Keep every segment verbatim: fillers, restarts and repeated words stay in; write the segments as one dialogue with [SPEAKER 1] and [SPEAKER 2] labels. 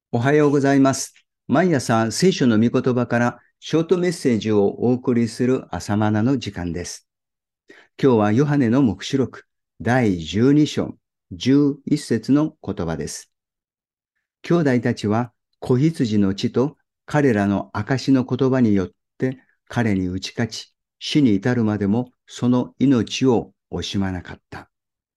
[SPEAKER 1] おはようございます。毎朝聖書の御言葉からショートメッセージをお送りする朝マナの時間です。今日はヨハネの黙示録だいじゅうに章じゅういち節の言葉です。兄弟たちは子羊の血と彼らの証の言葉によって彼に打ち勝ち、死に至るまでもその命を惜しまなかった。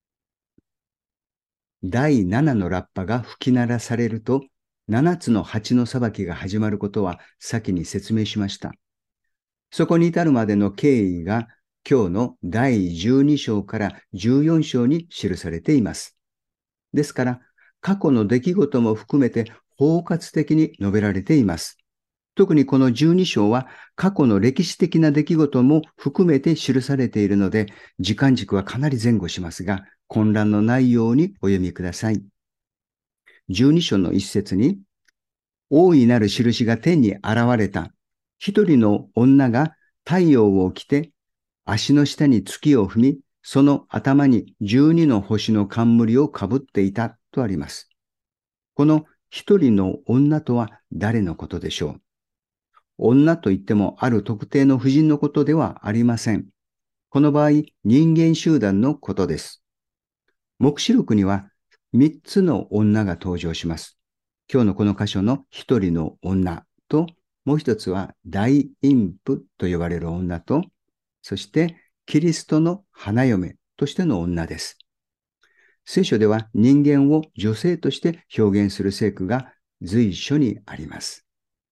[SPEAKER 1] だいななのラッパが吹き鳴らされると、ななつの蜂の裁きが始まることは先に説明しました。そこに至るまでの経緯が今日のだいじゅうに章からじゅうよん章に記されています。ですから、過去の出来事も含めて包括的に述べられています。特にこのじゅうに章は過去の歴史的な出来事も含めて記されているので、時間軸はかなり前後しますが、混乱のないようにお読みください。じゅうに章の一節に、大いなる印が天に現れた。一人の女が太陽を着て、足の下に月を踏み、その頭に十二の星の冠をかぶっていたとあります。この一人の女とは誰のことでしょう。女といってもある特定の婦人のことではありません。この場合、人間集団のことです。黙示録には三つの女が登場します。今日のこの箇所の一人の女と、もう一つは大陰婦と呼ばれる女と、そしてキリストの花嫁としての女です。聖書では人間を女性として表現する聖句が随所にあります。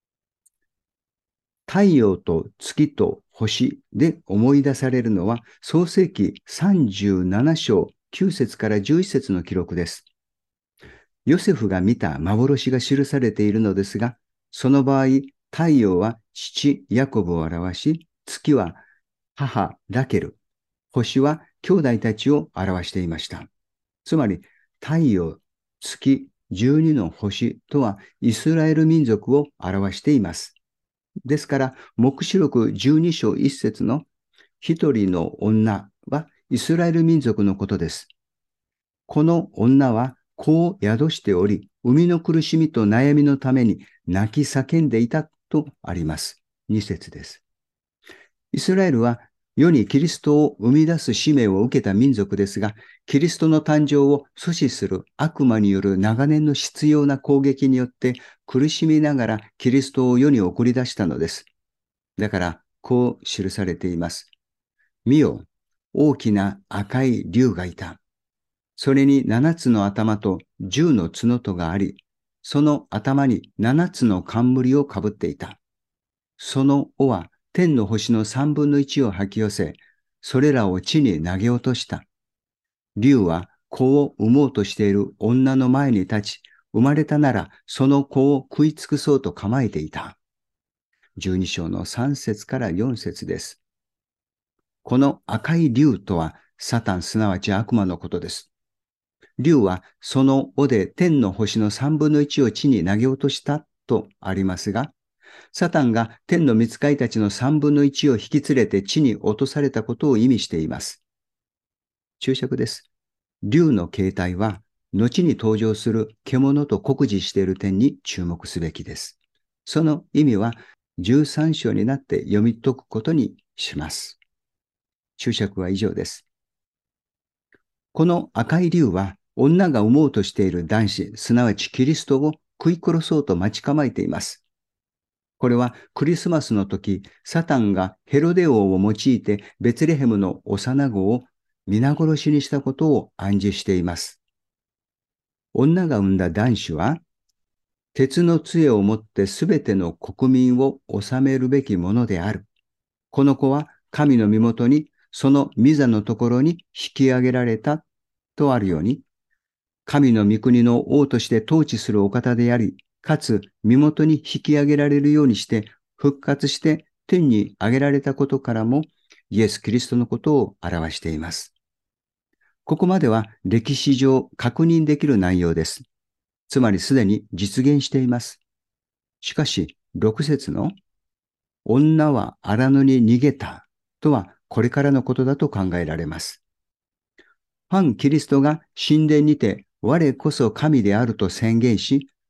[SPEAKER 1] 太陽と月と星で思い出されるのは創世記さんじゅうなな章きゅう節からじゅういち節の記録です。ヨセフが見た幻が記されているのですが、その場合、太陽は父ヤコブを表し、月は母ラケル、星は兄弟たちを表していました。つまり、太陽、月、十二の星とはイスラエル民族を表しています。ですから、黙示録じゅうに章いち節の一人の女はイスラエル民族のことです。この女は子を宿しており、生みの苦しみと悩みのために泣き叫んでいたとあります。に節です。イスラエルは世にキリストを生み出す使命を受けた民族ですが、キリストの誕生を阻止する悪魔による長年の執拗な攻撃によって苦しみながらキリストを世に送り出したのです。だから、こう記されています。見よ、大きな赤い竜がいた。それに七つの頭と十の角とがあり、その頭に七つの冠をかぶっていた。その尾は天の星の三分の一を吐き寄せ、それらを地に投げ落とした。竜は子を産もうとしている女の前に立ち、生まれたならその子を食い尽くそうと構えていた。じゅうに章のさん節からよん節です。この赤い竜とはサタンすなわち悪魔のことです。竜はその尾で天の星の三分の一を地に投げ落としたとありますが、サタンが天の御使いたちの三分の一を引き連れて地に落とされたことを意味しています。注釈です。竜の形態は、後に登場する獣と酷似している点に注目すべきです。その意味はじゅうさん章になって読み解くことにします。注釈は以上です。この赤い竜は、女が産もうとしている男子、すなわちキリストを食い殺そうと待ち構えています。これはクリスマスの時、サタンがヘロデ王を用いてベツレヘムの幼子を皆殺しにしたことを暗示しています。女が産んだ男子は、鉄の杖を持ってすべての国民を治めるべきものである。この子は神の身元に、その御座のところに引き上げられたとあるように、神の御国の王として統治するお方であり、かつ身元に引き上げられるようにして復活して天に上げられたことからもイエス・キリストのことを表しています。ここまでは歴史上確認できる内容です。つまりすでに実現しています。しかし、ろく節の女は荒野に逃げたとはこれからのことだと考えられます。反キリストが神殿にて我こそ神であると宣言し、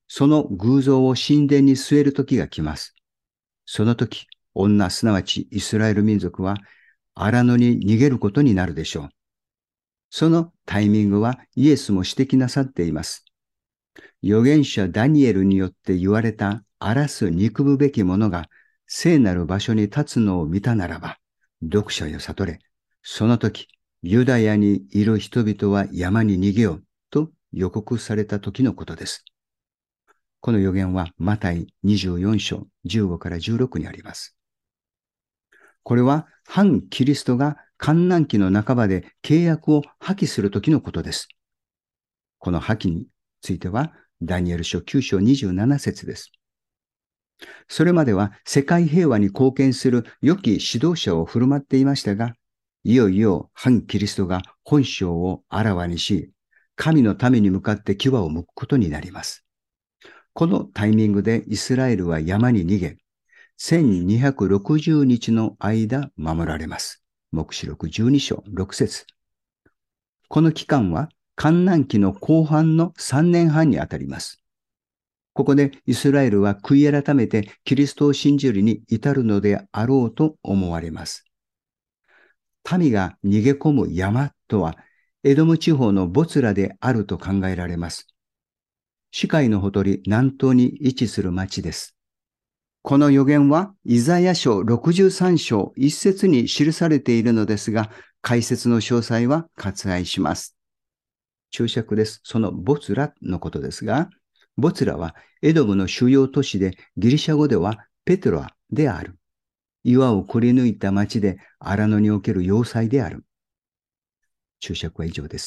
[SPEAKER 1] その偶像を神殿に据える時が来ます。その時、女、すなわちイスラエル民族は荒野に逃げることになるでしょう。そのタイミングはイエスも指摘なさっています。預言者ダニエルによって言われた荒らす憎むべき者が聖なる場所に立つのを見たならば、読者よ悟れ。その時、ユダヤにいる人々は山に逃げようと予告された時のことです。この予言はマタイにじゅうよん章じゅうごからじゅうろくにあります。これは反キリストが観難期の半ばで契約を破棄する時のことです。この破棄についてはダニエル書きゅう章にじゅうなな節です。それまでは世界平和に貢献する良き指導者を振る舞っていましたが、いよいよ反キリストが本性をあらわにし、神のために向かって牙を向くことになります。このタイミングでイスラエルは山に逃げ、せんにひゃくろくじゅうにちの間守られます。黙示録じゅうに章ろく節。この期間は観難期の後半のさんねんはんにあたります。ここでイスラエルは悔い改めてキリストを信じるに至るのであろうと思われます。民が逃げ込む山とはエドム地方のボツラであると考えられます。死海のほとり南東に位置する町です。この予言はイザヤ書ろくじゅうさん章いち節に記されているのですが、解説の詳細は割愛します。注釈です。そのボツラのことですが、ボツラはエドムの主要都市でギリシャ語ではペトラである。岩をくり抜いた町で荒野における要塞である。注釈は以上です。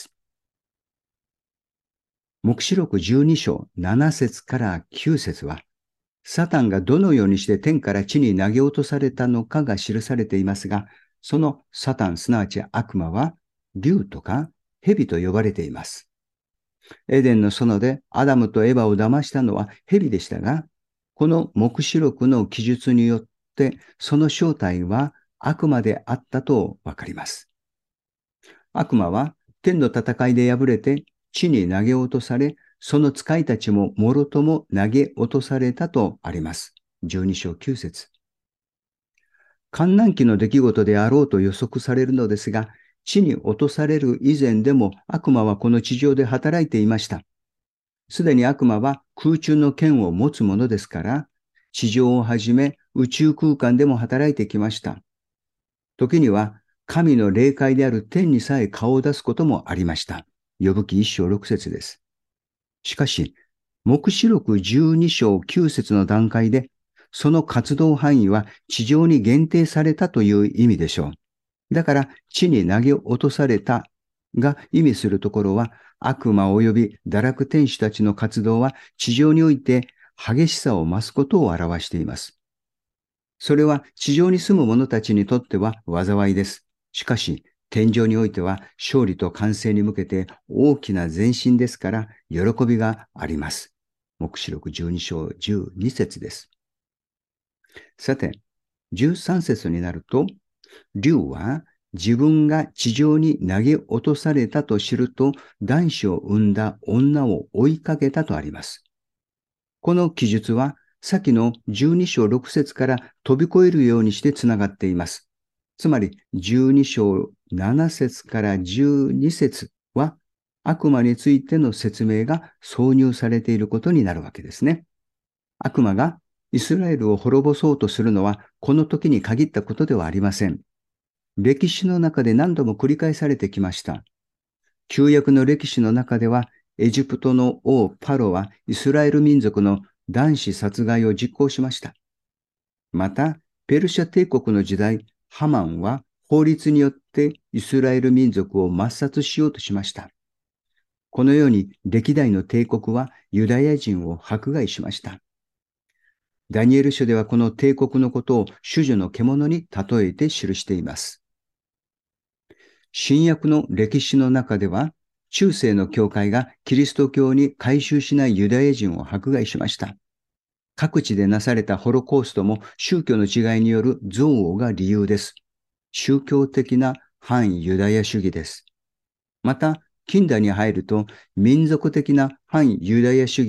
[SPEAKER 1] 黙示録じゅうに章なな節からきゅう節は、サタンがどのようにして天から地に投げ落とされたのかが記されていますが、そのサタンすなわち悪魔は竜とか蛇と呼ばれています。エデンの園でアダムとエバを騙したのは蛇でしたが、この黙示録の記述によってその正体は悪魔であったとわかります。悪魔は天の戦いで敗れて地に投げ落とされ、その使いたちももろとも投げ落とされたとあります。じゅうに章きゅう節。観難期の出来事であろうと予測されるのですが、地に落とされる以前でも悪魔はこの地上で働いていました。すでに悪魔は空中の剣を持つものですから、地上をはじめ宇宙空間でも働いてきました。時には神の霊界である天にさえ顔を出すこともありました。呼ぶ記一章六節です。しかし、黙示録じゅうに章きゅう節の段階で、その活動範囲は地上に限定されたという意味でしょう。だから、地に投げ落とされたが意味するところは、悪魔及び堕落天使たちの活動は地上において激しさを増すことを表しています。それは地上に住む者たちにとっては災いです。しかし、天上においては勝利と完成に向けて大きな前進ですから喜びがあります。黙示録じゅうに章じゅうに節です。さて、じゅうさん節になると、竜は自分が地上に投げ落とされたと知ると男子を産んだ女を追いかけたとあります。この記述は先のじゅうに章ろく節から飛び越えるようにしてつながっています。つまりじゅうに章なな節からじゅうに節は悪魔についての説明が挿入されていることになるわけですね。悪魔がイスラエルを滅ぼそうとするのはこの時に限ったことではありません。歴史の中で何度も繰り返されてきました。旧約の歴史の中ではエジプトの王パロはイスラエル民族の男子殺害を実行しました。また、ペルシャ帝国の時代、ハマンは法律によってイスラエル民族を抹殺しようとしました。このように歴代の帝国はユダヤ人を迫害しました。ダニエル書ではこの帝国のことを種々の獣に例えて記しています。新約の歴史の中では、中世の教会がキリスト教に改宗しないユダヤ人を迫害しました。各地でなされたホロコーストも宗教の違いによる憎悪が理由です。宗教的な反ユダヤ主義です。また、近代に入ると民族的な反ユダヤ主義に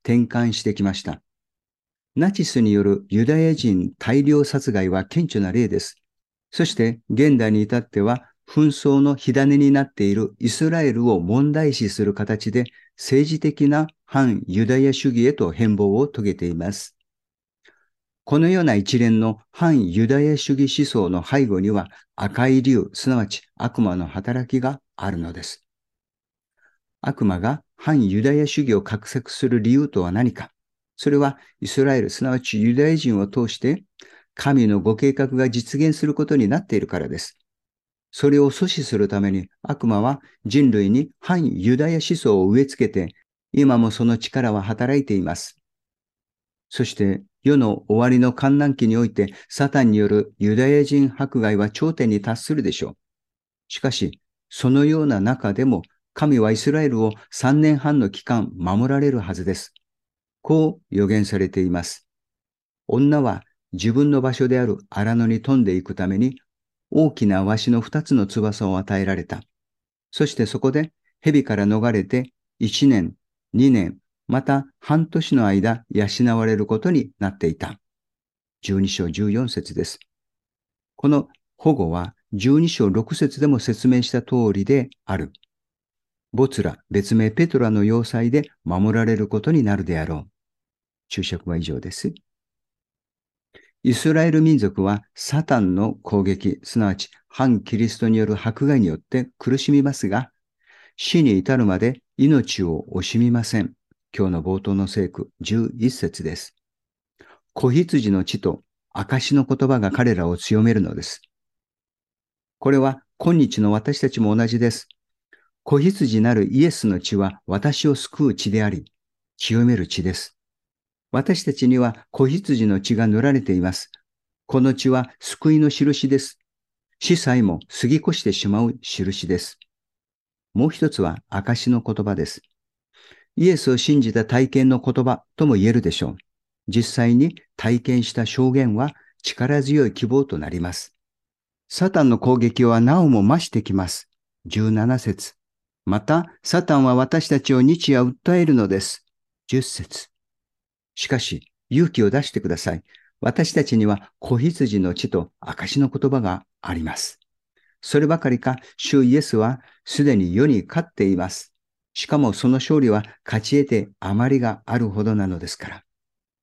[SPEAKER 1] 転換してきました。ナチスによるユダヤ人大量殺害は顕著な例です。そして現代に至っては紛争の火種になっているイスラエルを問題視する形で政治的な反ユダヤ主義へと変貌を遂げています。このような一連の反ユダヤ主義思想の背後には赤い竜、すなわち悪魔の働きがあるのです。悪魔が反ユダヤ主義を画策する理由とは何か。それはイスラエル、すなわちユダヤ人を通して神のご計画が実現することになっているからです。それを阻止するために悪魔は人類に反ユダヤ思想を植え付けて、今もその力は働いています。そして世の終わりの観覧期においてサタンによるユダヤ人迫害は頂点に達するでしょう。しかし、そのような中でも神はイスラエルをさんねんはんの期間守られるはずです。こう予言されています。女は自分の場所である荒野に飛んでいくために大きなワシの二つの翼を与えられた。そしてそこで蛇から逃れていちねん、にねん、また半年の間養われることになっていた。じゅうに章じゅうよん節です。この保護はじゅうに章ろく節でも説明した通りである。ボツラ、別名ペトラの要塞で守られることになるであろう。注釈は以上です。イスラエル民族はサタンの攻撃、すなわち反キリストによる迫害によって苦しみますが、死に至るまで命を惜しみません。今日の冒頭の聖句じゅういち節です。子羊の血と証の言葉が彼らを強めるのです。これは今日の私たちも同じです。子羊なるイエスの血は私を救う血であり、清める血です。私たちには子羊の血が塗られています。この血は救いの印です。死さえも過ぎ越してしまう印です。もう一つは証の言葉です。イエスを信じた体験の言葉とも言えるでしょう。実際に体験した証言は力強い希望となります。サタンの攻撃はなおも増してきます。じゅうなな節。また、サタンは私たちを日夜訴えるのです。じゅっ節。しかし、勇気を出してください。私たちには子羊の血と証の言葉があります。そればかりか、主イエスはすでに世に勝っています。しかもその勝利は勝ち得て余りがあるほどなのですから。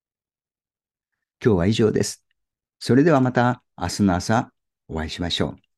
[SPEAKER 1] 今日は以上です。それではまた明日の朝お会いしましょう。